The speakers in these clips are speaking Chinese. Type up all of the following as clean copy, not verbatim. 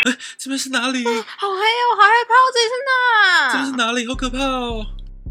这边是哪里？ 好黑哦，好害怕，这里是哪？ 这边是哪里？好可怕哦！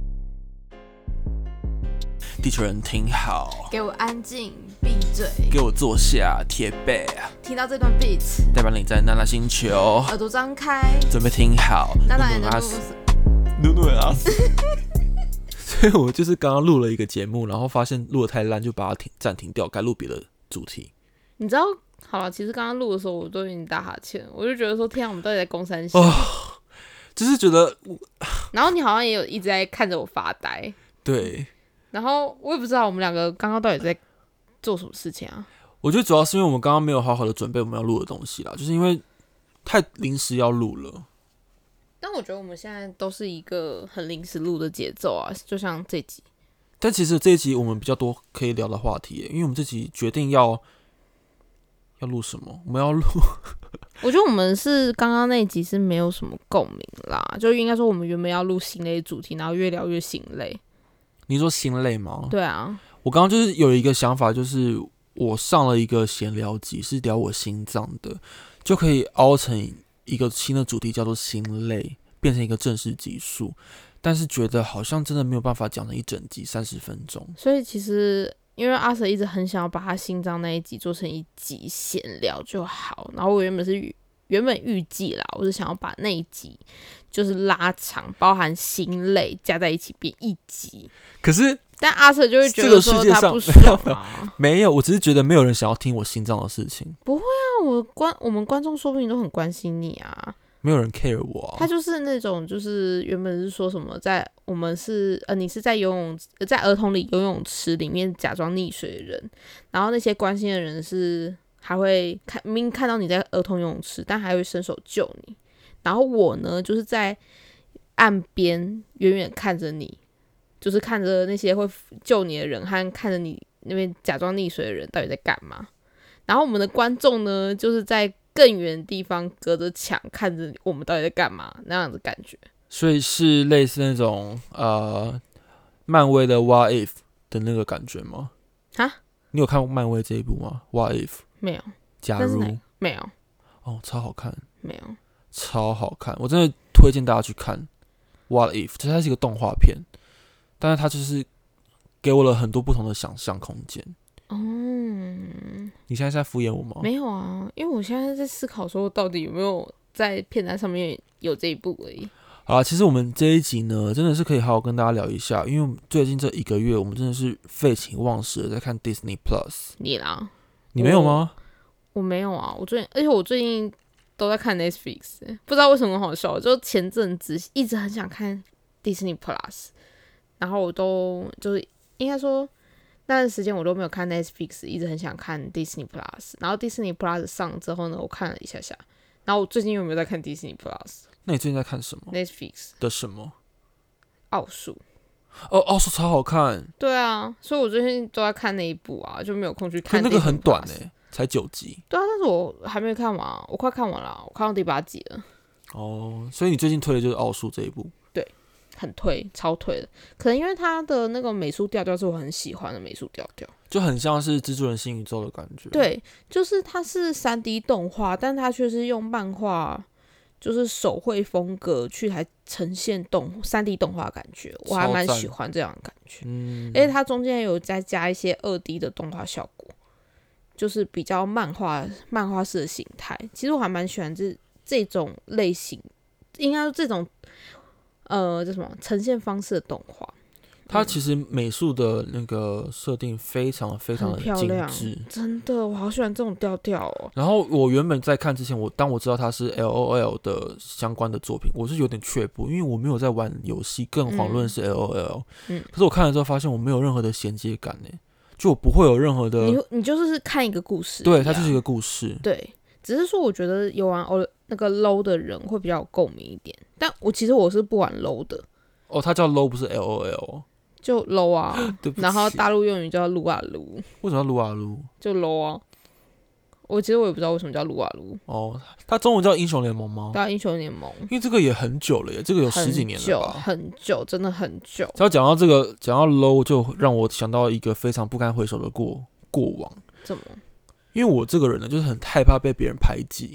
地球人听好， 给我安静，闭嘴， 给我坐下，贴背。 听到这段 beat， 代表你在娜娜星球， 耳朵张开， 准备听好。 娜娜也能录努努阿斯。所以我就是刚刚录了一个节目，然后发现录得太烂，就把它暂停掉，改录别的主题。 你知道，好了，其实刚刚录的时候，我都已经打哈欠，我就觉得说，天啊，我们到底在攻三小？ 就是觉得， 然后你好像也有一直在看着我发呆， 对。 然后我也不知道我们两个刚刚到底在做什么事情啊。 我觉得主要是因为我们刚刚没有好好的准备我们要录的东西啦，就是因为太临时要录了。 但我觉得我们现在都是一个很临时录的节奏啊，就像这集。 但其实这一集我们比较多可以聊的话题耶，因为我们这集决定要录什么，我们要录。 我觉得我们是刚刚那一集是没有什么共鸣啦，就应该说我们原本要录心累主题，然后越聊越心累。 你说心累吗？ 对啊， 我刚刚就是有一个想法，就是我上了一个闲聊集，是聊我心脏的，就可以凹成一个新的主题，叫做心累，变成一个正式集数。但是觉得好像真的没有办法讲成一整集30分钟。 所以其实因为阿 Sir 一直很想要把他心脏那一集做成一集闲聊就好，然后我原本预计啦，我是想要把那一集就是拉长，包含心累加在一起变一集。 可是， 但阿 Sir 就会觉得说他不爽啊。 没有，我只是觉得没有人想要听我心脏的事情。 不会啊，我们观众说不定都很关心你啊。 没有人 care 我啊。 他就是那种，就是原本是说什么你是在在儿童里游泳池里面假装溺水的人，然后那些关心的人是还会明明看到你在儿童游泳池，但还会伸手救你。然后我呢，就是在岸边远远看着你，就是看着那些会救你的人和看着你那边假装溺水的人到底在干嘛。然后我们的观众呢，就是在更远的地方隔着墙看着我们到底在干嘛那样子感觉。 所以是类似那种漫威的 What If 的那个感觉吗？ 哈？ 你有看漫威这一部吗 ？What If 没有。 假如没有。 哦，超好看。 没有。 超好看，我真的推荐大家去看 What If。它是一个动画片，但是它就是给我了很多不同的想象空间。 哦， 你现在是在敷衍我吗？ 没有啊，因为我现在在思考说，到底有没有在片单上面有这一部而已。 好啦，其实我们这一集呢，真的是可以好好跟大家聊一下，因为最近这1个月，我们真的是废寝忘食的在看 Disney Plus。 你啦？ 你没有吗？ 我没有啊，而且我最近都在看 Netflix， 不知道为什么很好笑，就前阵子一直很想看 Disney Plus， 然后我都就是应该说那段时间我都没有看 Netflix， 一直很想看 Disney Plus， 然后 Disney Plus 上之后呢，我看了一下下，然后我最近有没有在看 Disney Plus？ 那你最近在看什么 Netflix 的什么？ 奥数。 哦，奥数超好看。 对啊，所以我最近都在看那一部啊，就没有空去看。 可那个很短才9集。 对啊，但是我还没看完啊，我快看完了，我看到第8集了。 哦，所以你最近推的就是奥数这一部？ 对，很推，超推的。可能因为它的那个美术调调是我很喜欢的美术调调， 就很像是蜘蛛人新宇宙的感觉。 对，就是它是3D 动画，但它却是用漫画，就是手绘风格去来呈现3D 动画的感觉，我还蛮喜欢这样的感觉。而且它中间有再加一些2D 的动画效果，就是比较漫画式的形态。其实我还蛮喜欢这种类型，应该说这种叫什么呈现方式的动画。 它其实美术的那个设定非常非常的精致， 真的，我好喜欢这种调调哦。 然后我原本在看之前，当我知道它是 LOL 的相关的作品，我是有点却步，因为我没有在玩游戏，更遑论是 LOL。可是我看了之后发现我没有任何的衔接感呢，就我不会有任何的。 你就是看一个故事， 对，它就是一个故事。 对，只是说我觉得有玩那个 LOL 的人会比较有共鸣一点，但其实我是不玩 LOL 的。 哦，它叫 LOL 不是 LOL。 就 low 啊， 对不起。 然后大陆用语叫撸啊撸。 为什么要撸啊撸？ 就 low 啊。其实我也不知道为什么叫撸啊撸。 哦，它中文叫英雄联盟吗？ 对啊，英雄联盟。 因为这个也很久了耶，这个有10几年了吧？ 很久，真的很久。 只要讲到这个，讲到 low， 就让我想到一个非常不堪回首的过往。 怎么？ 因为我这个人呢，就是很害怕被别人排挤。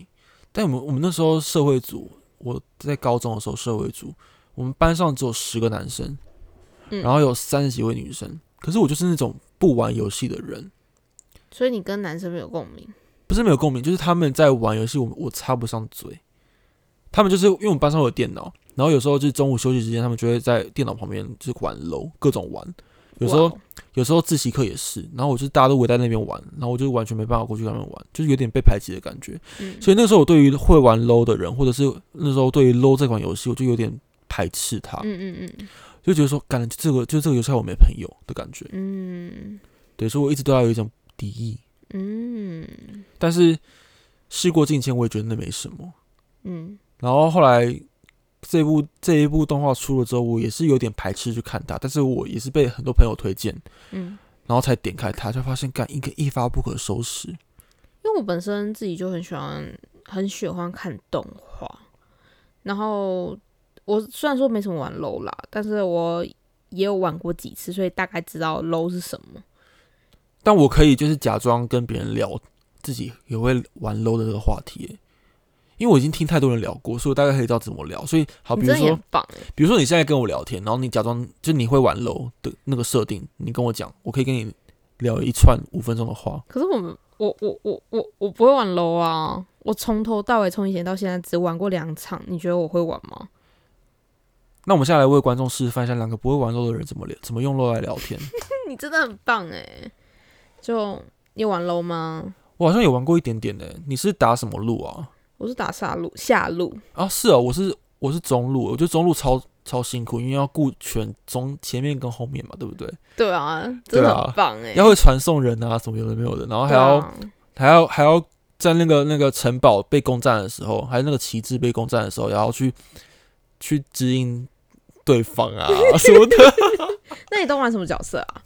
但我们那时候社会组，我在高中的时候社会组，我们班上只有10个男生，然后有30几位女生。可是我就是那种不玩游戏的人， 所以你跟男生没有共鸣。 不是没有共鸣，就是他们在玩游戏，我插不上嘴。他们就是因为我们班上有电脑，然后有时候就是中午休息时间，他们就会在电脑旁边就是玩 LOL， 各种玩。有时候自习课也是，然后我就大家都围在那边玩，然后我就完全没办法过去跟他们玩，就是有点被排挤的感觉。所以那个时候我对于会玩 LOL 的人，或者是那时候对于 LOL 这款游戏，我就有点排斥它。就觉得说，感觉这个游戏我没朋友的感觉。对，所以我一直对他有一种敌意。但是事过境迁，我也觉得那没什么。然后后来这一部动画出了之后，我也是有点排斥去看它，但是我也是被很多朋友推荐，然后才点开它，就发现一发不可收拾。 因为我本身自己就很喜欢看动画，然后我虽然说没什么玩 LOL 啦，但是我也有玩过几次，所以大概知道 LOL 是什么。 但我可以就是假装跟别人聊自己也会玩 LOL 的这个话题，因为我已经听太多人聊过，所以我大概可以知道怎么聊。所以好，比如说你现在跟我聊天，然后你假装就你会玩 LOL 的那个设定，你跟我讲，我可以跟你聊一串5分钟的话。 可是我不会玩 LOL 啊，我从头到尾从以前到现在只玩过2场，你觉得我会玩吗？ 那我们现在来为观众示范一下2个不会玩 LOL 的人怎么用 LOL 来聊天。 你真的很棒哎！就你有玩 LOL 吗？ 我好像有玩过一点点的。你是打什么路啊？ 我是打下路啊，是哦，我是中路，我觉得中路超辛苦，因为要顾全前面跟后面嘛，对不对？ 对啊，真的很棒哎！ 要会传送人啊，什么有的没有的，然后还要在那个城堡被攻占的时候，还有那个旗帜被攻占的时候，然后去指引对方啊什么的。 那你都玩什么角色啊？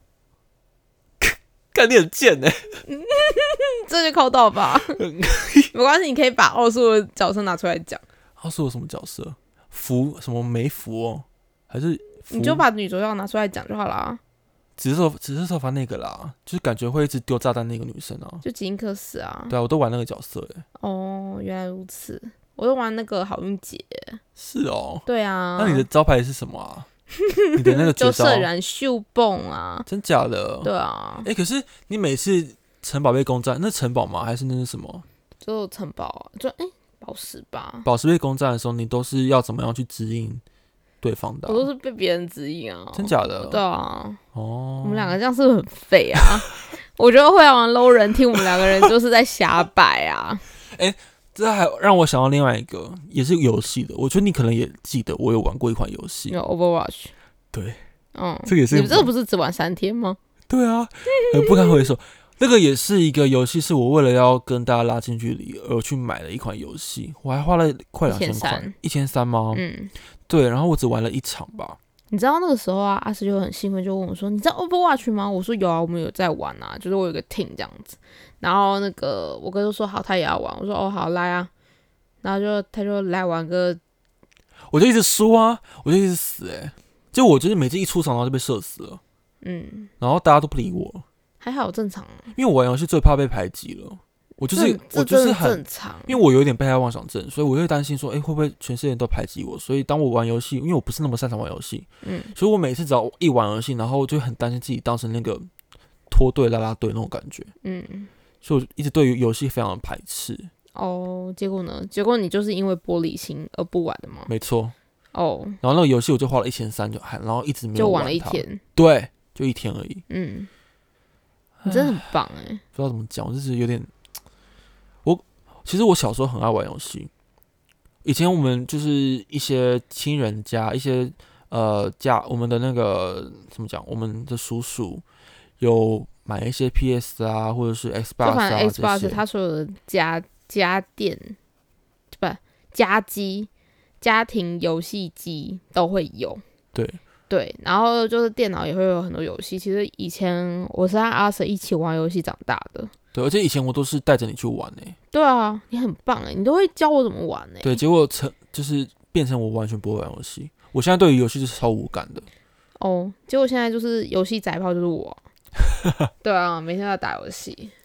看你很贱欸。 这就扣到吧。没关系，你可以把奥数的角色拿出来讲。 奥数有什么角色？什么梅芙哦？还是你就把女主角拿出来讲就好啦。 紫色头发那个啦，就是感觉会一直丢炸弹那个女生啊， 就吉因克斯啊。 对啊，我都玩那个角色欸。 哦，原来如此，我都玩那个好运姐。 是哦。 对啊。 那你的招牌是什么啊？你的那个绝招就射燃秀蹦啊。 真假的？ 对啊。 可是你每次城堡被攻占，那城堡吗？还是那是什么？ 就城堡啊，就宝石吧。 宝石被攻占的时候，你都是要怎么样去指引对方的？ 我都是被别人指引啊。 真假的？ 对啊。 哦。 我们2个这样是不是很废啊？我觉得会玩 LOL 人听我们2个人就是在瞎摆啊。 这还让我想到另外一个，也是游戏的。我觉得你可能也记得，我有玩过一款游戏， 有 Overwatch。 对。 这个也是。 你这个不是只玩3天吗？ 对啊，很不堪回首。那个也是一个游戏，是我为了要跟大家拉近距离而去买的一款游戏，我还花了快2000块，1300吗？对，然后我只玩了1场吧。 你知道那个时候啊，阿斯就很兴奋，就问我说：“你知道 Overwatch 吗？”我说：“有啊，我们有在玩啊，就是我有个 team 这样子。”然后那个我哥就说：“好，他也要玩。”我说：“哦，好，来啊。”然后他就来玩个， 我就一直输啊，我就一直死就我就是每次一出场然后就被射死了，然后大家都不理我。 还好正常， 因为我玩游戏最怕被排挤了。我就是很正常， 因为我有点被害妄想症，所以我会担心说，会不会全世界人都排挤我？所以当我玩游戏，因为我不是那么擅长玩游戏，所以我每次只要一玩游戏，然后就很担心自己当成那个拖队啦啦队那种感觉，所以我一直对于游戏非常的排斥。 结果呢？结果你就是因为玻璃心而不玩的吗？ 没错。然后那个游戏我就花了1300然后一直没有玩它， 就玩了1天， 对，就1天而已。 你真的很棒不知道怎么讲，我就是有点，其实我小时候很爱玩游戏。以前我们就是一些亲人家，一些我们的那个怎么讲，我们的叔叔有买一些 PS 啊，或者是 Xbox 啊这些。 Xbox 它所有的家电不家机、家庭游戏机都会有。对，然后就是电脑也会有很多游戏。其实以前我是和阿 Sir 一起玩游戏长大的。 对，而且以前我都是带着你去玩对啊，你很棒你都会教我怎么玩对，结果就是变成我完全不会玩游戏。我现在对于游戏是超无感的。 结果现在就是游戏宅炮就是我。对啊，每天都要打游戏。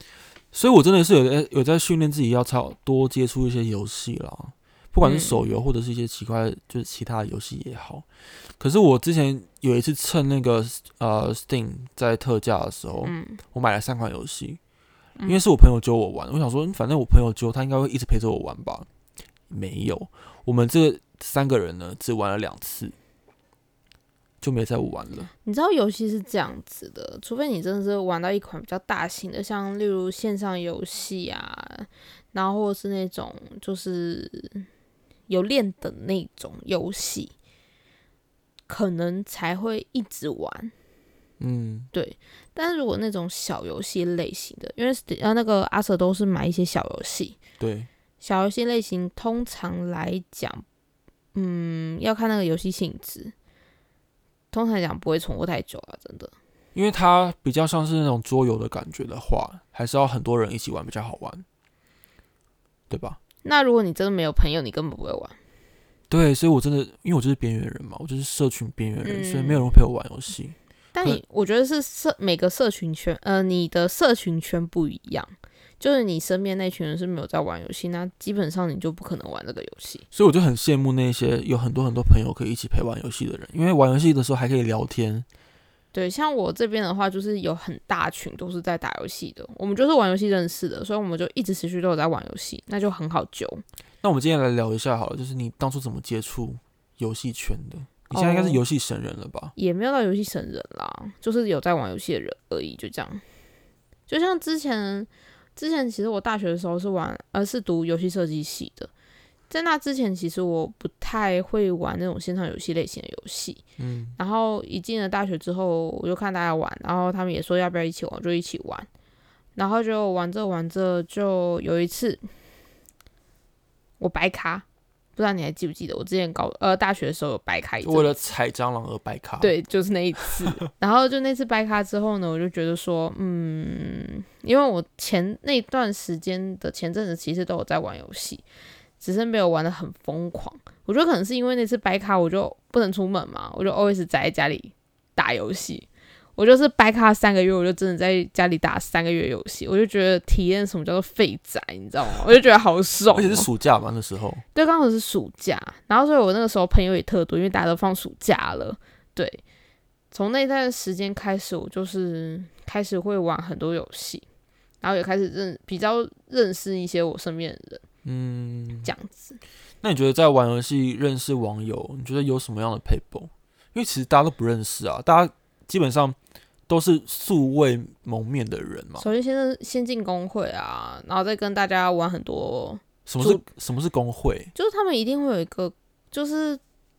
所以我真的是有在训练自己要多接触一些游戏啦，不管是手游或者是一些奇怪就是其他的游戏也好。可是我之前有一次趁那个Steam 在特价的时候，我买了3款游戏，因为是我朋友揪我玩，我想说反正我朋友揪他应该会一直陪着我玩吧。没有，我们这3个人呢只玩了2次，就没再玩了。 你知道游戏是这样子的，除非你真的是玩到一款比较大型的，像例如线上游戏啊，然后或者是那种就是有练等那种游戏，可能才会一直玩。对。但是如果那种小游戏类型的，因为那个阿 Sir 都是买一些小游戏， 对， 小游戏类型通常来讲，要看那个游戏性质。通常来讲不会重复太久啊，真的。 因为它比较像是那种桌游的感觉的话，还是要很多人一起玩比较好玩，对吧？ 那如果你真的没有朋友，你根本不会玩。 对，所以我真的，因为我就是边缘人嘛，我就是社群边缘人，所以没有人陪我玩游戏。 但我觉得是每个社群圈，你的社群圈不一样，就是你身边那群人是没有在玩游戏，那基本上你就不可能玩这个游戏。 所以我就很羡慕那些有很多朋友可以一起陪玩游戏的人，因为玩游戏的时候还可以聊天。 对，像我这边的话，就是有很大群都是在打游戏的，我们就是玩游戏认识的，所以我们就一直持续都有在玩游戏，那就很好揪。 那我们今天来聊一下好了，就是你当初怎么接触游戏圈的？你现在应该是游戏神人了吧？ 也没有到游戏神人啦，就是有在玩游戏的人而已，就这样。就像之前其实我大学的时候是读游戏设计系的，在那之前其实我不太会玩那种线上游戏类型的游戏，然后一进了大学之后，我就看大家玩，然后他们也说要不要一起玩，我就一起玩，然后就玩着，就有一次我白卡。不知道你还记不记得，我之前大学的时候有白卡一阵子， 为了踩蟑螂而白卡。 对，就是那一次。然后就那次白卡之后呢，我就觉得说，因为我那段时间的前阵子其实都有在玩游戏，只是没有玩得很疯狂。我觉得可能是因为那次白卡我就不能出门嘛，我就 always 宅在家里打游戏。我就是白卡3个月，我就真的在家里打3个月游戏，我就觉得体验什么叫做废宅，你知道吗？我就觉得好爽， 而且是暑假嘛，那时候。 对，刚好是暑假，然后所以我那个时候朋友也特多，因为大家都放暑假了。对，从那段时间开始，我就是开始会玩很多游戏，然后也开始比较认识一些我身边的人，这样子。 那你觉得在玩游戏认识网友，你觉得有什么样的 people？ 因为其实大家都不认识啊，大家基本上都是素未谋面的人嘛。 首先先进公会啊，然后再跟大家玩很多。 什么是公会？ 就是他们一定会有一个，就是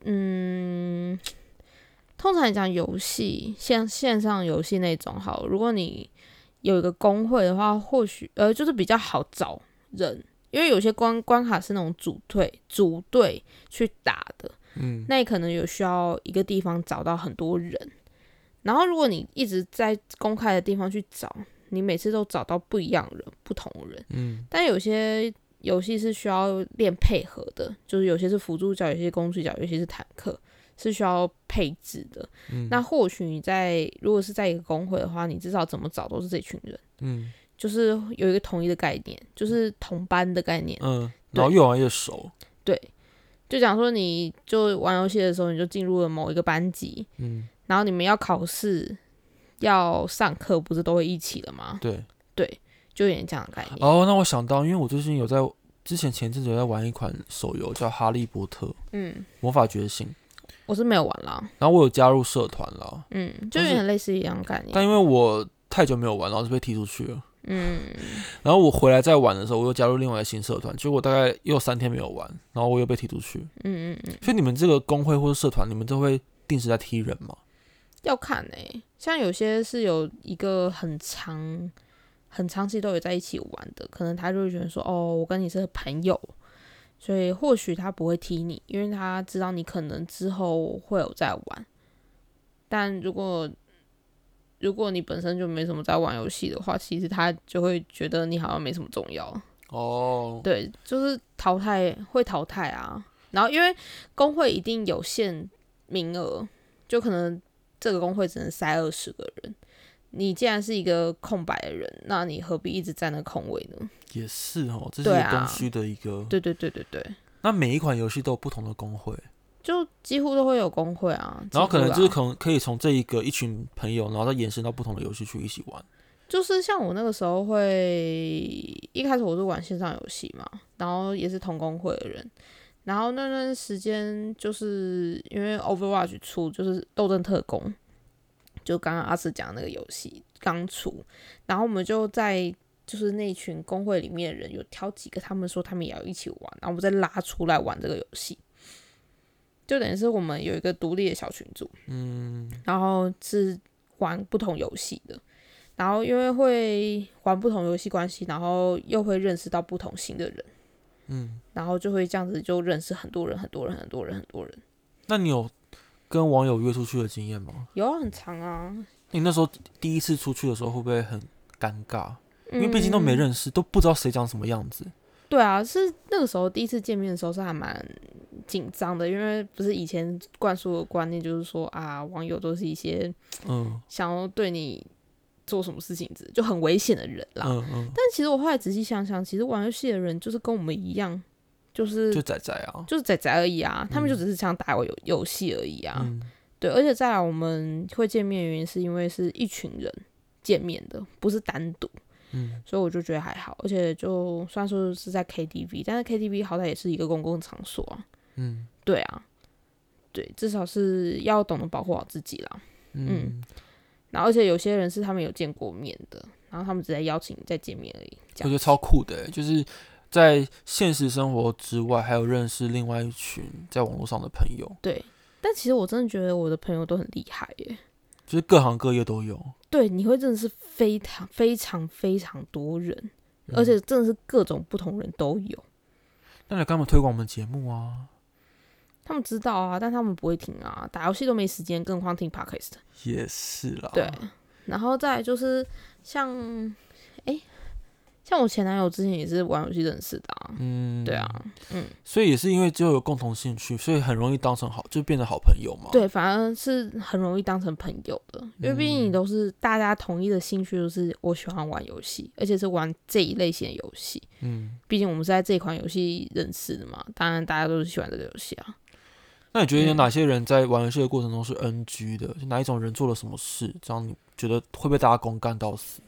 通常来讲游戏线上游戏那种好，如果你有一个公会的话，或许就是比较好找人，因为有些关卡是那种组队去打的，那你可能有需要一个地方找到很多人。然后如果你一直在公开的地方去找，你每次都找到不一样人、不同人。但有些游戏是需要练配合的，就是有些是辅助角，有些是攻击角，有些是坦克，是需要配置的。那或许如果是在一个公会的话，你至少怎么找都是这群人。就是有一个统一的概念，就是同班的概念。 然后越玩越熟。 对，就讲说你就玩游戏的时候，你就进入了某一个班级。然后你们要考试、要上课，不是都会一起的吗？对，就有点这样的概念。 那我想到，因为我最近前阵子有在玩一款手游叫《哈利波特》，魔法觉醒。 我是没有玩啦。 然后我有加入社团啦。 就有点类似一样的概念。 但因为我太久没有玩，然后就被踢出去了。然后我回来再玩的时候，我又加入另外一个新社团，结果大概又3天没有玩，然后我又被踢出去。所以你们这个公会或者社团，你们都会定时在踢人吗？ 要看像有些是有一个很长期都有在一起玩的，可能他就会觉得说，我跟你是朋友，所以或许他不会踢你，因为他知道你可能之后会有在玩。但如果你本身就没什么在玩游戏的话，其实他就会觉得你好像没什么重要。对，就是会淘汰啊。然后因为公会一定有限名额，就可能这个公会只能塞20个人， 你既然是一个空白的人，那你何必一直占那空位呢？ 也是哦，这是一个供需的一个。 对对对对对。 那每一款游戏都有不同的工会， 就几乎都会有工会啊。 然后可能就是可以从这一群朋友，然后再延伸到不同的游戏去一起玩。 就是像我那个时候一开始我是玩线上游戏嘛，然后也是同工会的人，然后那段时间就是因为 Overwatch 出就是斗阵特工，就刚刚阿斯讲的那个游戏刚出，然后我们就在就是那群工会里面的人有挑几个，他们说他们也要一起玩，然后我们再拉出来玩这个游戏，就等于是我们有一个独立的小群组，然后是玩不同游戏的。然后因为会玩不同游戏关系，然后又会认识到不同新的人，然后就会这样子就认识很多人。 那你有跟网友约出去的经验吗？ 有啊，很长啊。 你那时候第一次出去的时候会不会很尴尬？因为毕竟都没认识，都不知道谁长什么样子。 对啊，是那个时候第一次见面的时候是还蛮紧张的，因为不是以前灌输的观念就是说啊，网友都是一些想要对你做什么事情就很危险的人啦。但其实我后来仔细想想，其实玩游戏的人就是跟我们一样，就仔仔啊， 就是仔仔而已啊。他们就只是想打游戏而已啊。对，而且再来我们会见面的原因是因为是一群人见面的，不是单独。所以我就觉得还好，而且就虽然说是在 KTV， 但是 KTV 好歹也是一个公共场所啊。对啊，对，至少是要懂得保护好自己啦。然后而且有些人是他们有见过面的，然后他们只在邀请你再见面而已。 我觉得超酷的，就是在现实生活之外，还有认识另外一群在网络上的朋友。 对，但其实我真的觉得我的朋友都很厉害耶， 就是各行各业都有。 对，你会真的是非常非常非常多人，而且真的是各种不同人都有。 那你跟他们推广我们节目啊？ 他们知道啊，但他们不会听啊，打游戏都没时间，更何况听 podcast。 也是啦。 对，然后再来就是像我前男友之前也是玩游戏认识的啊。对啊。 所以也是因为只有共同兴趣，所以很容易当成就变成好朋友嘛。 对，反而是很容易当成朋友的，因为毕竟你都是大家统一的兴趣，就是我喜欢玩游戏，而且是玩这一类型的游戏。毕竟我们是在这一款游戏认识的嘛，当然大家都是喜欢这个游戏啊。 那你觉得有哪些人在玩游戏的过程中是 NG 的？就哪一种人做了什么事，这样你觉得会被大家公干到死？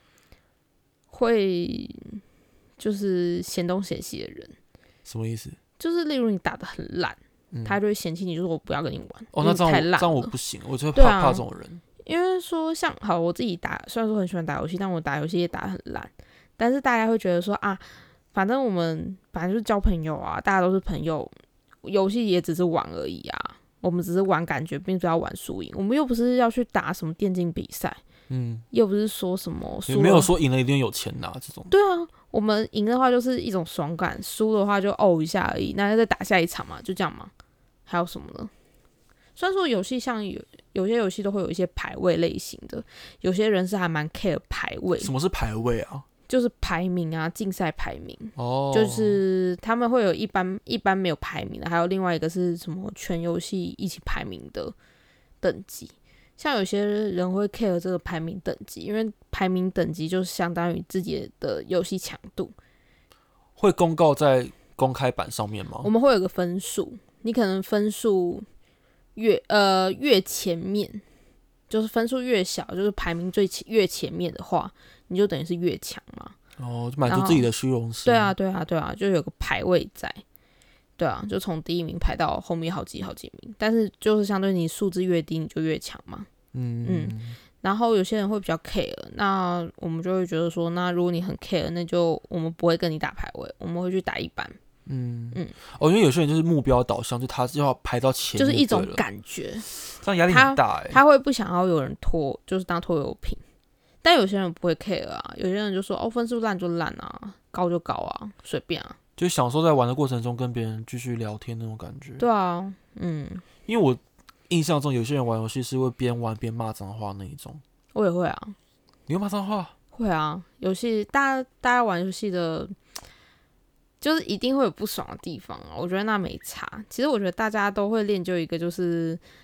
会就是嫌东嫌西的人。 什么意思？ 就是例如你打得很烂，他就会嫌弃你，就说我不要跟你玩。 那这样我不行，我就怕这种人。 因为说像好，我自己打，虽然说很喜欢打游戏，但我打游戏也打得很烂。但是大家会觉得说啊，反正我们本来就是交朋友啊，大家都是朋友，游戏也只是玩而已啊。我们只是玩感觉，并不是要玩输赢。我们又不是要去打什么电竞比赛，又不是说什么输了， 也没有说赢了一定有钱拿这种。 对啊，我们赢的话就是一种爽感，输的话就一下而已，那就再打下一场嘛，就这样嘛。还有什么呢？虽然说游戏像有些游戏都会有一些排位类型的，有些人是还蛮 care 排位。 什么是排位啊？ 就是排名啊，竞赛排名。就是他们会有一般没有排名的，还有另外一个是什么全游戏一起排名的等级。像有些人会 care 这个排名等级，因为排名等级就相当于自己的游戏强度。 会公告在公开版上面吗？ 我们会有个分数，你可能分数越前面，就是分数越小，就是排名越前面的话，你就等于是越强嘛。 就满足自己的虚荣心。 对啊，就有个排位在。对啊，就从第一名排到后面好几名，但是就是相对你数字越低，你就越强嘛。然后有些人会比较 care， 那我们就会觉得说，那如果你很 care， 那就我们不会跟你打排位，我们会去打一般。 因为有些人就是目标导向，就他就要排到前面， 就是一种感觉， 这样压力很大他会不想要有人拖，就是当拖油瓶。但有些人不会 care 啊，有些人就说分数烂就烂啊，高就高啊，随便啊。 就享受在玩的过程中跟别人继续聊天那种感觉。 对啊， 因为我印象中有些人玩游戏是会边玩边骂脏话那一种。 我也会啊。 你会骂脏话？ 会啊，游戏大家玩游戏的，就是一定会有不爽的地方啊。我觉得那没差。其实我觉得大家都会练就一个就是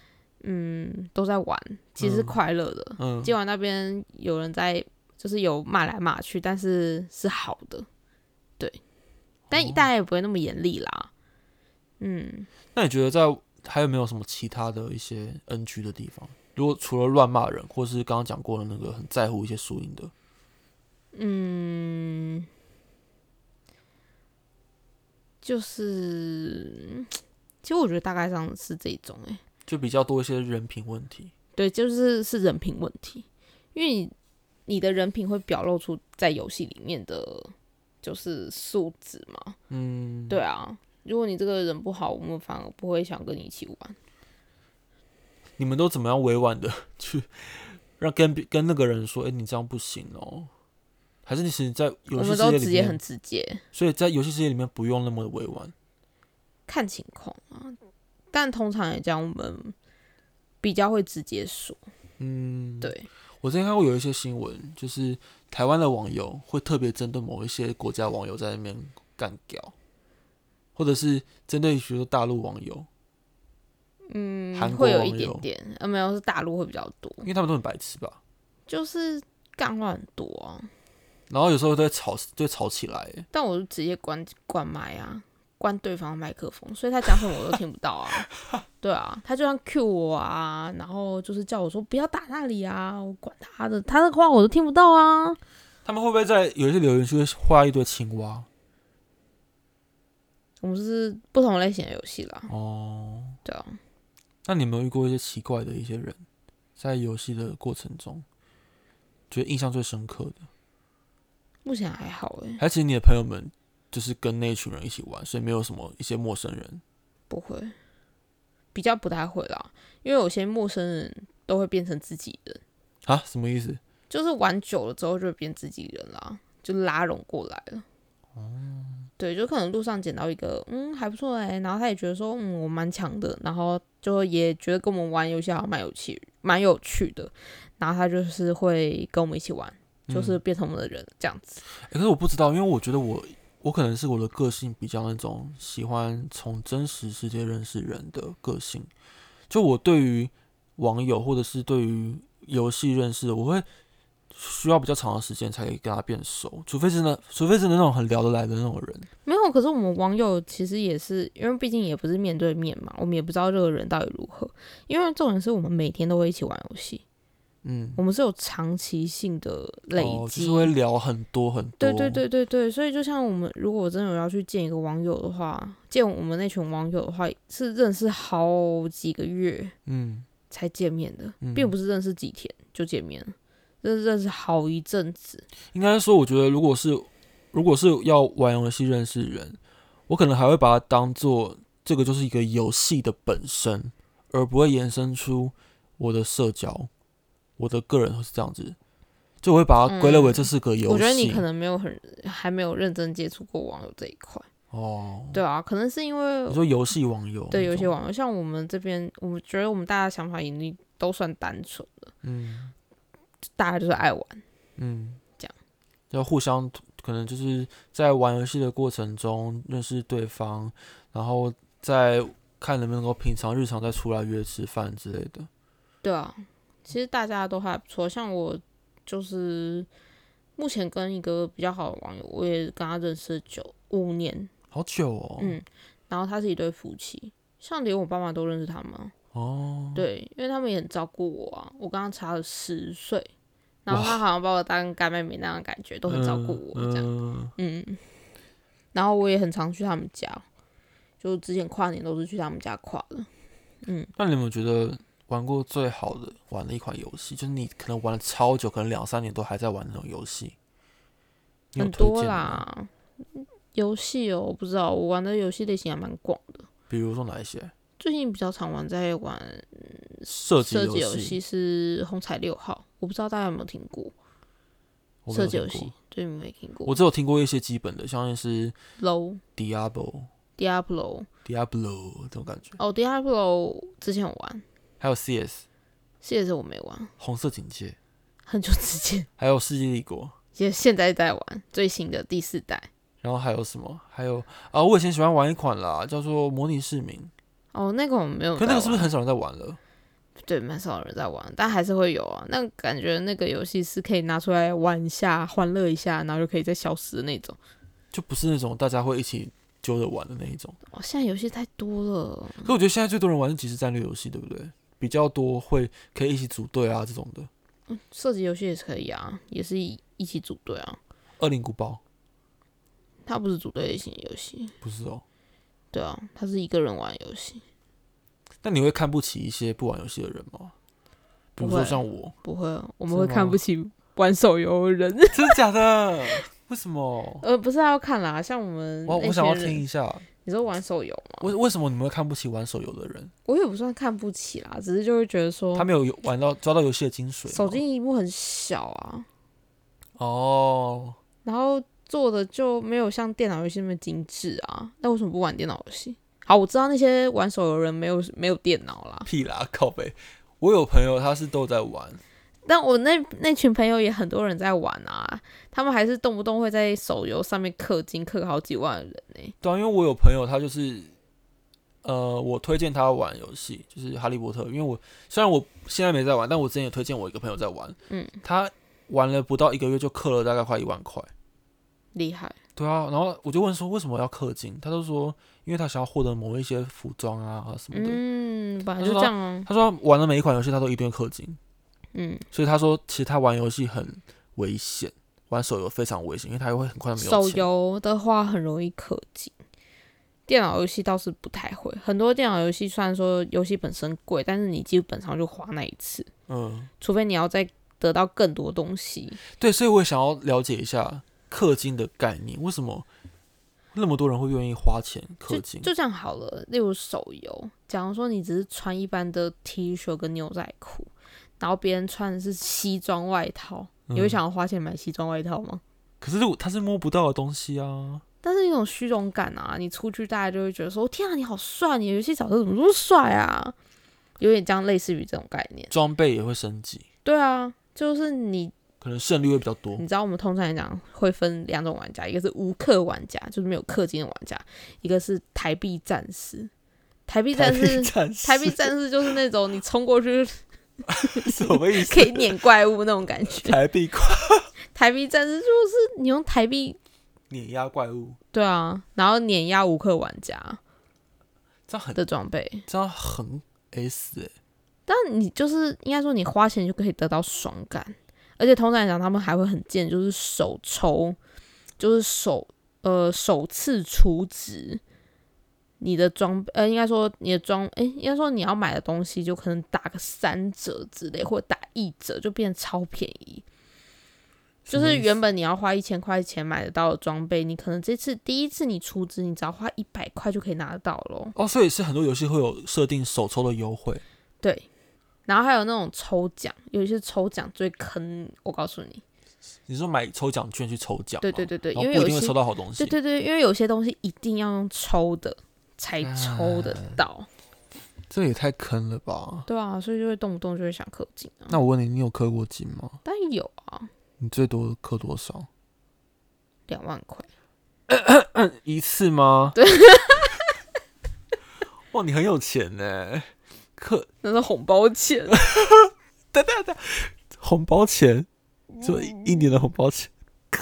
都在玩，其实是快乐的。今晚那边有人在，就是有骂来骂去，但是是好的，对。但大家也不会那么严厉啦。 那你觉得还有没有什么其他的一些 NG 的地方？如果除了乱骂人，或是刚刚讲过的那个很在乎一些输赢的， 就是其实我觉得大概上是这种就比较多一些人品问题。 对，是人品问题，因为你的人品会表露出在游戏里面的，就是素质嘛。对啊，如果你这个人不好，我们反而不会想跟你一起玩。 你们都怎么样委婉的去让跟那个人说，你这样不行哦？还是你其实在游戏世界里面， 我们都直接很直接， 所以在游戏世界里面不用那么委婉， 看情况啊。但通常来讲，我们比较会直接说。对。 我之前看过有一些新闻，就是台湾的网友会特别针对某一些国家网友在那边干掉，或者是针对比如说大陆网友，韩国会有网友一点点，没有，是大陆会比较多， 因为他们都很白痴吧， 就是干话很多啊。 然后有时候都会吵起来。 但我就直接关麦啊，关对方的麦克风，所以他讲什么我都听不到啊。对啊，他就像 cue 我啊，然后就是叫我说不要打那里啊，我管他的话我都听不到啊。 他们会不会在有一些留言区画一堆青蛙？ 我们是不同类型的游戏啦。对啊。 那你有没有遇过一些奇怪的一些人，在游戏的过程中，觉得印象最深刻的？ 目前还好还其实你的朋友们就是跟那一群人一起玩，所以没有什么一些陌生人。 不会，比较不太会啦，因为有些陌生人都会变成自己人。 啊？什么意思？ 就是玩久了之后就会变自己人啦，就拉拢过来了。对，就可能路上捡到一个还不错然后他也觉得说我蛮强的，然后就也觉得跟我们玩游戏好像蛮有趣的，然后他就是会跟我们一起玩，就是变成我们的人这样子。 可是我不知道，因为我觉得我可能是我的个性比较那种喜欢从真实世界认识人的个性，就我对于网友或者是对于游戏认识的，我会需要比较长的时间才可以跟他变熟，除非真的那种很聊得来的那种人。 没有，可是我们网友其实也是，因为毕竟也不是面对面嘛，我们也不知道这个人到底如何。因为重点是我们每天都会一起玩游戏，我们是有长期性的累积， 就是会聊很多很多。 对，所以就像我们如果真的要去见一个网友的话，见我们那群网友的话，是认识好几个月，才见面的，并不是认识几天就见面了。认识好一阵子。 应该说，我觉得如果是要玩游戏认识人，我可能还会把它当做这个就是一个游戏的本身，而不会延伸出我的社交，我的个人是这样子，就我会把它归类为这是个游戏。 我觉得你可能还没有认真接触过网友这一块。对啊，可能是因为你说游戏网友， 对游戏网友，像我们这边，我觉得我们大家想法已经都算单纯的，大家就是爱玩，这样要互相可能就是在玩游戏的过程中认识对方，然后再看能不能够平常日常再出来约吃饭之类的。 对啊，其实大家都还不错，像我就是目前跟一个比较好的网友，我也跟他认识5年， 好久哦。 然后他是一对夫妻，像连我爸妈都认识他们。对，因为他们也很照顾我啊，我跟他差了10岁，然后他好像把我当干妹妹那样的感觉，都很照顾我这样。然后我也很常去他们家，就之前跨年都是去他们家跨的。 那你有没有觉得玩过最好的玩的一款游戏，就是你可能玩了超久，可能2-3年都还在玩那种游戏？ 很多啦，游戏我不知道，我玩的游戏类型还蛮广的。 比如说哪一些？ 最近比较常在玩射击游戏是红彩6号，我不知道大家有没有听过射击游戏？对，没听过。 我只有听过一些基本的，像是 LOL、Diablo 这种感觉。 Diablo 之前有玩， 还有 CS 我没玩， 红色警戒很久之前， 还有世纪帝国， 现在在玩最新的第4代。 然后还有什么？还有我以前喜欢玩一款啦，叫做模拟市民。 那个我没有在玩。 可那个是不是很少人在玩了？ 对，蛮少人在玩，但还是会有啊。那感觉那个游戏是可以拿出来玩一下、欢乐一下，然后就可以再消失的那种。 就不是那种大家会一起揪着玩的那一种。 哦，现在游戏太多了。 可我觉得现在最多人玩是即时战略游戏，对不对？比较多会可以一起组队啊这种的。 射击游戏也是可以啊，也是一起组队啊。 恶灵古堡它不是组队类型的游戏， 不是哦。 对啊，它是一个人玩游戏。 那你会看不起一些不玩游戏的人吗？比如说像我， 不会，我们会看不起玩手游的人。 真的假的？为什么？ 不是要看啦，像我们我想要听一下。 你说玩手游吗？ 为什么你们会看不起玩手游的人？ 我也不算看不起啦，只是就会觉得说他没有玩到抓到游戏的精髓。 手机萤幕很小啊， 哦， 然后做的就没有像电脑游戏那么精致啊。那为什么不玩电脑游戏？好，我知道那些玩手游的人没有电脑啦。 屁啦，靠北！我有朋友他是都在玩。 但我那群朋友也很多人在玩啊，他们还是动不动会在手游上面氪金，氪好几万的人呢。 对啊，因为我有朋友他就是，我推荐他玩游戏，就是哈利波特。因为我虽然我现在没在玩，但我之前也推荐我一个朋友在玩。他玩了不到1个月就氪了大概快1万块， 厉害。 对啊，然后我就问说为什么要氪金，他就说因为他想要获得某一些服装啊什么的。 本来就这样啊。 他说玩的每一款游戏他都一定会氪金。所以他说，其实他玩游戏很危险，玩手游非常危险，因为他会很快没有钱。 手游的话很容易氪金，电脑游戏倒是不太会。很多电脑游戏虽然说游戏本身贵，但是你基本上就花那一次，除非你要再得到更多东西。 对，所以我也想要了解一下氪金的概念，为什么那么多人会愿意花钱氪金？ 就这样好了。例如手游，假如说你只是穿一般的 T 恤跟牛仔裤。然后别人穿的是西装外套，你会想要花钱买西装外套吗？ 可是它是摸不到的东西啊。 但是一种虚荣感啊，你出去大家就会觉得说：“天啊，你好帅！你的游戏角色怎么这么帅啊？”有点这样类似于这种概念。 装备也会升级。 对啊，就是你可能胜率会比较多。 你知道我们通常来讲会分2种玩家，一个是无氪玩家，就是没有氪金的玩家；一个是台币战士。台币战士就是那种你冲过去。 什么意思？ 可以碾怪物那种感觉。 台币战士就是你用台币碾压怪物。 对啊，然后碾压无氪玩家， 这样很的装备， 这样很 S 欸。 但你就是应该说你花钱就可以得到爽感，而且通常来讲他们还会很贱，就是首抽，就是首次储值。你的装应该说你的应该说你要买的东西就可能打个3折之类，或者打1折就变得超便宜。就是原本你要花1000块钱买得到的装备，你可能第一次你储值，你只要花100块就可以拿得到咯。 哦，所以是很多游戏会有设定首抽的优惠。 对，然后还有那种抽奖，尤其是抽奖最坑，我告诉你。 你说买抽奖券去抽奖？ 对，因为不一定会抽到好东西。 对，因为有些东西一定要用抽的。才抽得到， 这也太坑了吧？ 对啊，所以就会动不动就会想氪金啊。 那我问你，你有氪过金吗？ 当然有啊。 你最多氪多少 ？2万块。 一次吗？ 对。 哇，你很有钱呢。 那是红包钱。 等，红包钱，就1年的红包钱。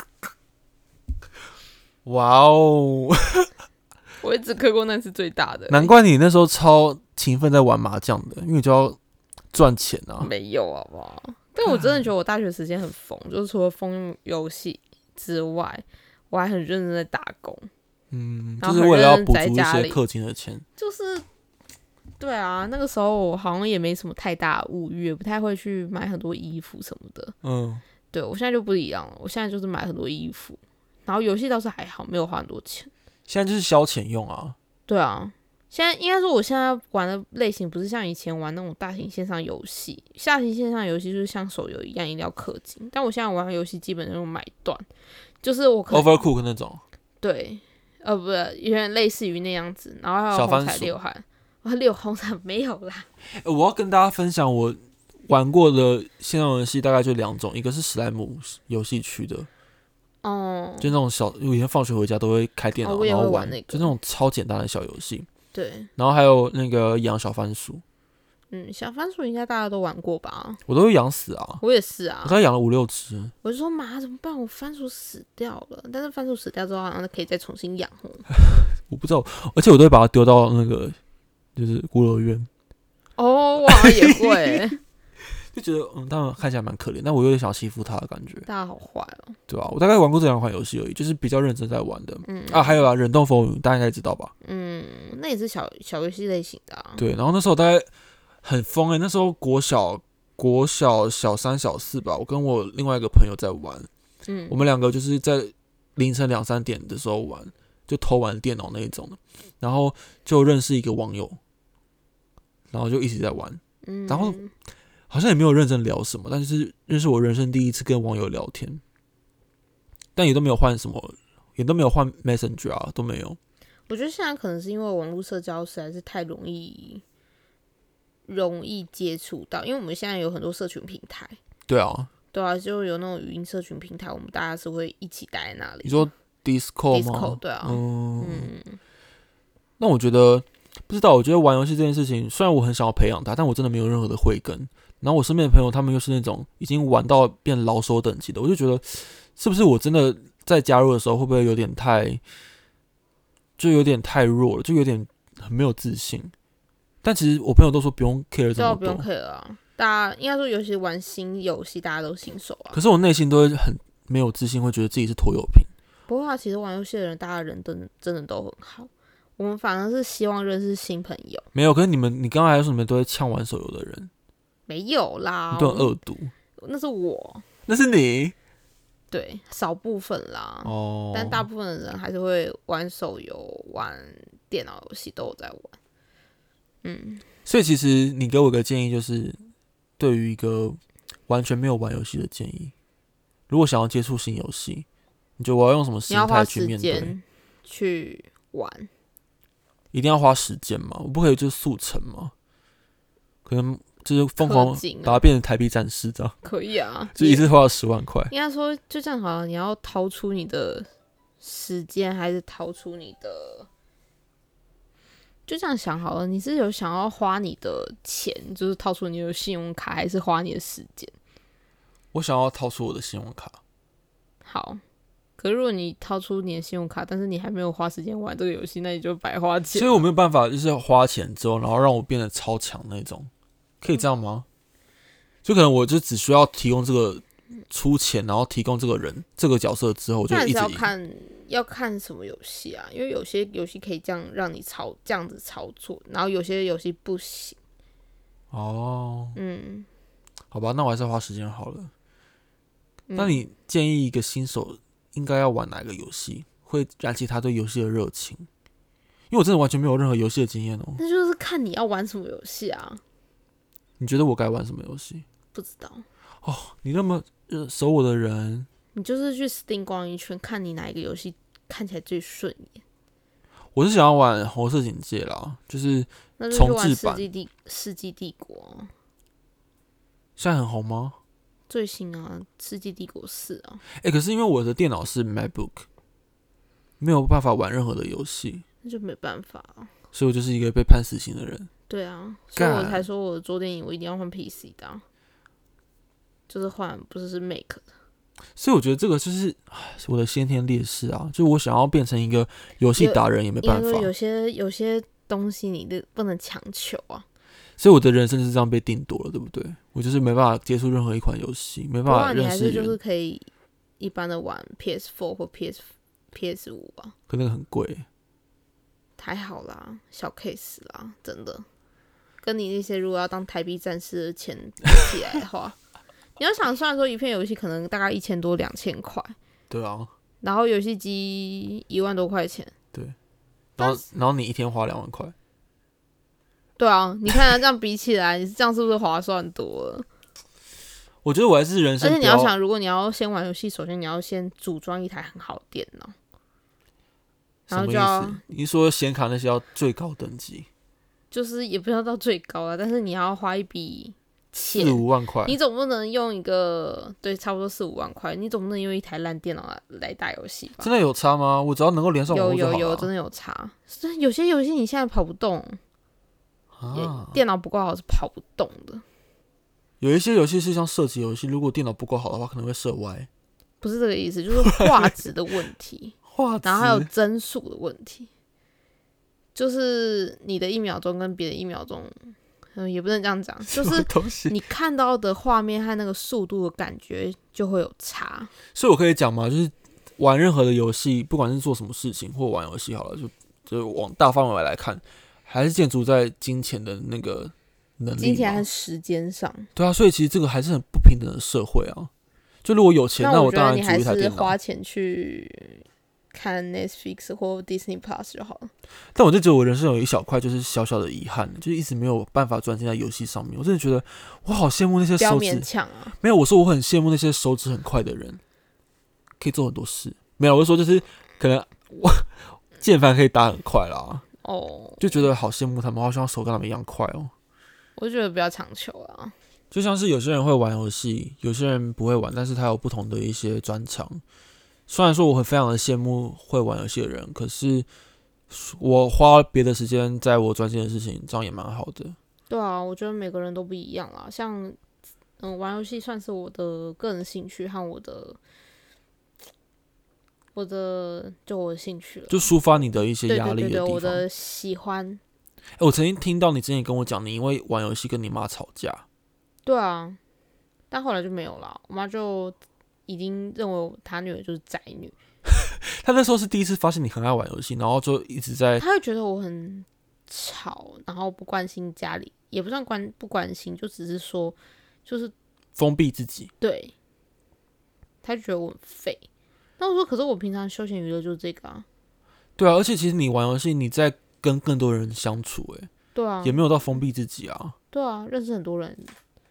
哇哦！ 我也只氪过那次最大的。 难怪你那时候超勤奋在玩麻将的，因为你就要赚钱啊。 没有好不好？但我真的觉得我大学时间很疯，就是除了疯游戏之外，我还很认真在打工。 就是为了要补足一些氪金的钱。 就是对啊，那个时候我好像也没什么太大的物欲，也不太会去买很多衣服什么的。对，我现在就不一样了，我现在就是买很多衣服，然后游戏倒是还好，没有花很多钱。 现在就是消遣用啊。 对啊，现在应该说我现在玩的类型不是像以前玩那种大型线上游戏，大型线上游戏就是像手游一样一定要氪金，但我现在玩的游戏基本上用买断，就是我可能 Overcooked 那种。 对，不是有点类似于那样子，然后还有红彩六函，红彩没有啦。 我要跟大家分享我玩过的线上游戏大概就2种，一个是史莱姆游戏区的。就那种我以前放学回家都会开电脑，然后玩，就那种超简单的小游戏。 对， 然后还有那个养小番薯， 小番薯应该大家都玩过吧？ 我都会养死啊， 我也是啊我，大概养了5、6只。 我就说妈怎么办？我番薯死掉了，但是番薯死掉之后好像可以再重新养哦。 我不知道，而且我都会把它丢到那个就是孤儿院， 哦，我好像也会， 就觉得他们看起来蛮可怜，但我有点想欺负他的感觉， 大家好坏哦。 对吧、我大概玩过这2款游戏而已，就是比较认真在玩的。还有忍冬风云，大家应该知道吧？ 那也是小游戏类型的啊。 对，然后那时候大概很疯那时候国小小3、小4吧，我跟我另外一个朋友在玩，我们2个就是在凌晨2、3点的时候玩，就偷玩电脑那一种的，然后就认识一个网友，然后就一起在玩，然后好像也没有认真聊什么，但是认识我人生第一次跟网友聊天，但也都没有换什么，也都没有换 Messenger 啊，都没有。 我觉得现在可能是因为网络社交实在是太容易接触到，因为我们现在有很多社群平台。 对啊， 对啊，就有那种语音社群平台，我们大家是会一起待在那里。 你说 Discord 吗 ？Discord 对啊， 那我觉得不知道，我觉得玩游戏这件事情，虽然我很想要培养它，但我真的没有任何的慧根。然后我身边的朋友，他们又是那种已经玩到变老手等级的，我就觉得是不是我真的在加入的时候，会不会有点太弱了，就有点很没有自信。但其实我朋友都说不用 care 这么多， 不用 care 啊。大家应该说，尤其玩新游戏，大家都新手啊。 可是我内心都会很没有自信，会觉得自己是拖油瓶。 不过啊，其实玩游戏的人，大家人真的都很好。我们反而是希望认识新朋友。 没有，可是你刚才还说你们都会呛玩手游的人， 没有啦， 你都很恶毒。 那是我， 那是你， 对，少部分啦。但大部分的人还是会玩手游、玩电脑游戏，都有在玩。 所以其实你给我一个建议，就是对于一个完全没有玩游戏的建议，如果想要接触新游戏，你觉得我要用什么心态去面对？ 你要花时间去玩， 一定要花时间吗？我不可以就速成吗？可能就是疯狂把它变成台币战士这样。 可以啊， 就一次花了10万块。 应该说就这样好了，你要掏出你的时间，还是掏出你的？就这样想好了，你是有想要花你的钱，就是掏出你的信用卡，还是花你的时间？ 我想要掏出我的信用卡。 好，可是如果你掏出你的信用卡，但是你还没有花时间玩这个游戏，那你就白花钱。 所以我没有办法，就是花钱之后，然后让我变得超强那种，可以这样吗？就可能我就只需要提供这个出钱，然后提供这个人这个角色之后，我就一直要看什么游戏啊，因为有些游戏可以这样让你这样子操作，然后有些游戏不行。 好吧，那我还是花时间好了。那你建议一个新手应该要玩哪个游戏，会燃起他对游戏的热情？因为我真的完全没有任何游戏的经验哦。 那就是看你要玩什么游戏啊。 你觉得我该玩什么游戏？ 不知道。 你那么熟我的人， 你就是去 Steam 逛一圈，看你哪一个游戏看起来最顺眼。 我是想要玩《红色警戒》啦，就是重置版 《世纪帝国》。 现在很红吗？ 最新啊，《世纪帝国4》啊。 可是因为我的电脑是 MacBook， 没有办法玩任何的游戏， 那就没办法所以我就是一个被判死刑的人。 对啊，所以我才说我做电影我一定要换 PC 的就是换不是 Mac 的。 所以我觉得这个就是我的先天劣势啊，就我想要变成一个游戏达人也没办法。 有些东西你不能强求啊。 所以我的人生就是这样被定夺了，对不对？我就是没办法接触任何一款游戏，没办法认识人。 你还是就是可以一般的玩 PS4 或 PS5啊。 可那个很贵。 还好啦，小 case 啦，真的。跟你那些如果要当台币战士的钱比起来的话，你要想，虽然说一片游戏可能大概1000多2000块， 对啊， 然后游戏机1万多块钱， 对，然后你一天花2万块， 对啊，你看这样比起来，你这样是不是划算多了？ 我觉得我还是人生， 而且你要想，如果你要先玩游戏，首先你要先组装一台很好的电脑，然后就要你说显卡那些要最高等级。 就是也不要到最高了，但是你要花一笔钱 4、5万块， 你总不能用一个差不多4、5万块，你总不能用一台烂电脑来打游戏吧？ 真的有差吗？我只要能够连上网络就好了。 有真的有差。有些游戏你现在跑不动电脑不够好是跑不动的。 有一些游戏是像射击游戏，如果电脑不够好的话，可能会射歪。 不是这个意思，就是画质的问题，然后还有帧数的问题，就是你的1秒钟跟别的1秒钟，也不能这样讲，就是你看到的画面和那个速度的感觉就会有差。 所以我可以讲嘛，就是玩任何的游戏，不管是做什么事情或玩游戏好了，就往大范围来看，还是建筑在金钱的那个能力， 金钱和时间上。 对啊，所以其实这个还是很不平等的社会啊。就如果有钱，那我当然租一台电脑。 那我觉得你还是花钱去看 Netflix 或 Disney Plus 就好了。 但我就觉得我人生有一小块就是小小的遗憾，就是一直没有办法专心在游戏上面。我真的觉得我好羡慕那些手指， 不要勉强啊。 没有，我说我很羡慕那些手指很快的人，可以做很多事。没有，我就说就是可能我键盘可以打很快啦。就觉得好羡慕他们，好像手跟他们一样快哦。 我觉得不要强求啊。 就像是有些人会玩游戏，有些人不会玩，但是他有不同的一些专长。虽然说我非常的羡慕会玩游戏的人，可是我花别的时间在我专心的事情，这样也蛮好的。 对啊，我觉得每个人都不一样啦。像玩游戏算是我的个人兴趣和我的兴趣了， 就抒发你的一些压力的地方。 对，我的喜欢。 我曾经听到你之前跟我讲，你因为玩游戏跟你妈吵架。 对啊，但后来就没有啦。我妈就已经认为她女儿就是宅女。 她那时候是第一次发现你很爱玩游戏，然后就一直在。 她会觉得我很吵，然后不关心家里，也不算不关心，就只是说就是封闭自己。 对，她就觉得我很废。那我说，可是我平常休闲娱乐就是这个啊。 对啊，而且其实你玩游戏，你在跟更多人相处， 对啊， 也没有到封闭自己啊。 对啊，认识很多人。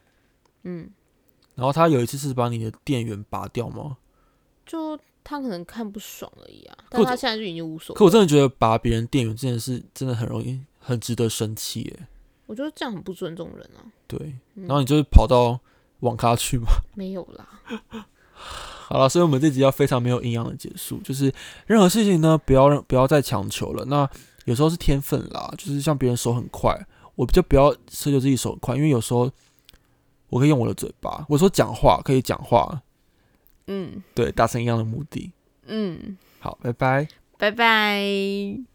然后他有一次是把你的电源拔掉吗？ 就他可能看不爽而已啊，但他现在就已经无所谓。 可我真的觉得拔别人电源这件事真的很容易，很值得生气耶。 我觉得这样很不尊重人啊。 对，然后你就是跑到网咖去嘛？ 没有啦。 好了，所以我们这集要非常没有营养的结束，就是任何事情呢，不要再强求了。那有时候是天分啦，就是像别人手很快，我就不要奢求自己手很快，因为有时候我可以用我的嘴巴，我说讲话可以讲话，对，达成一样的目的。 嗯， 好，拜拜， 拜拜。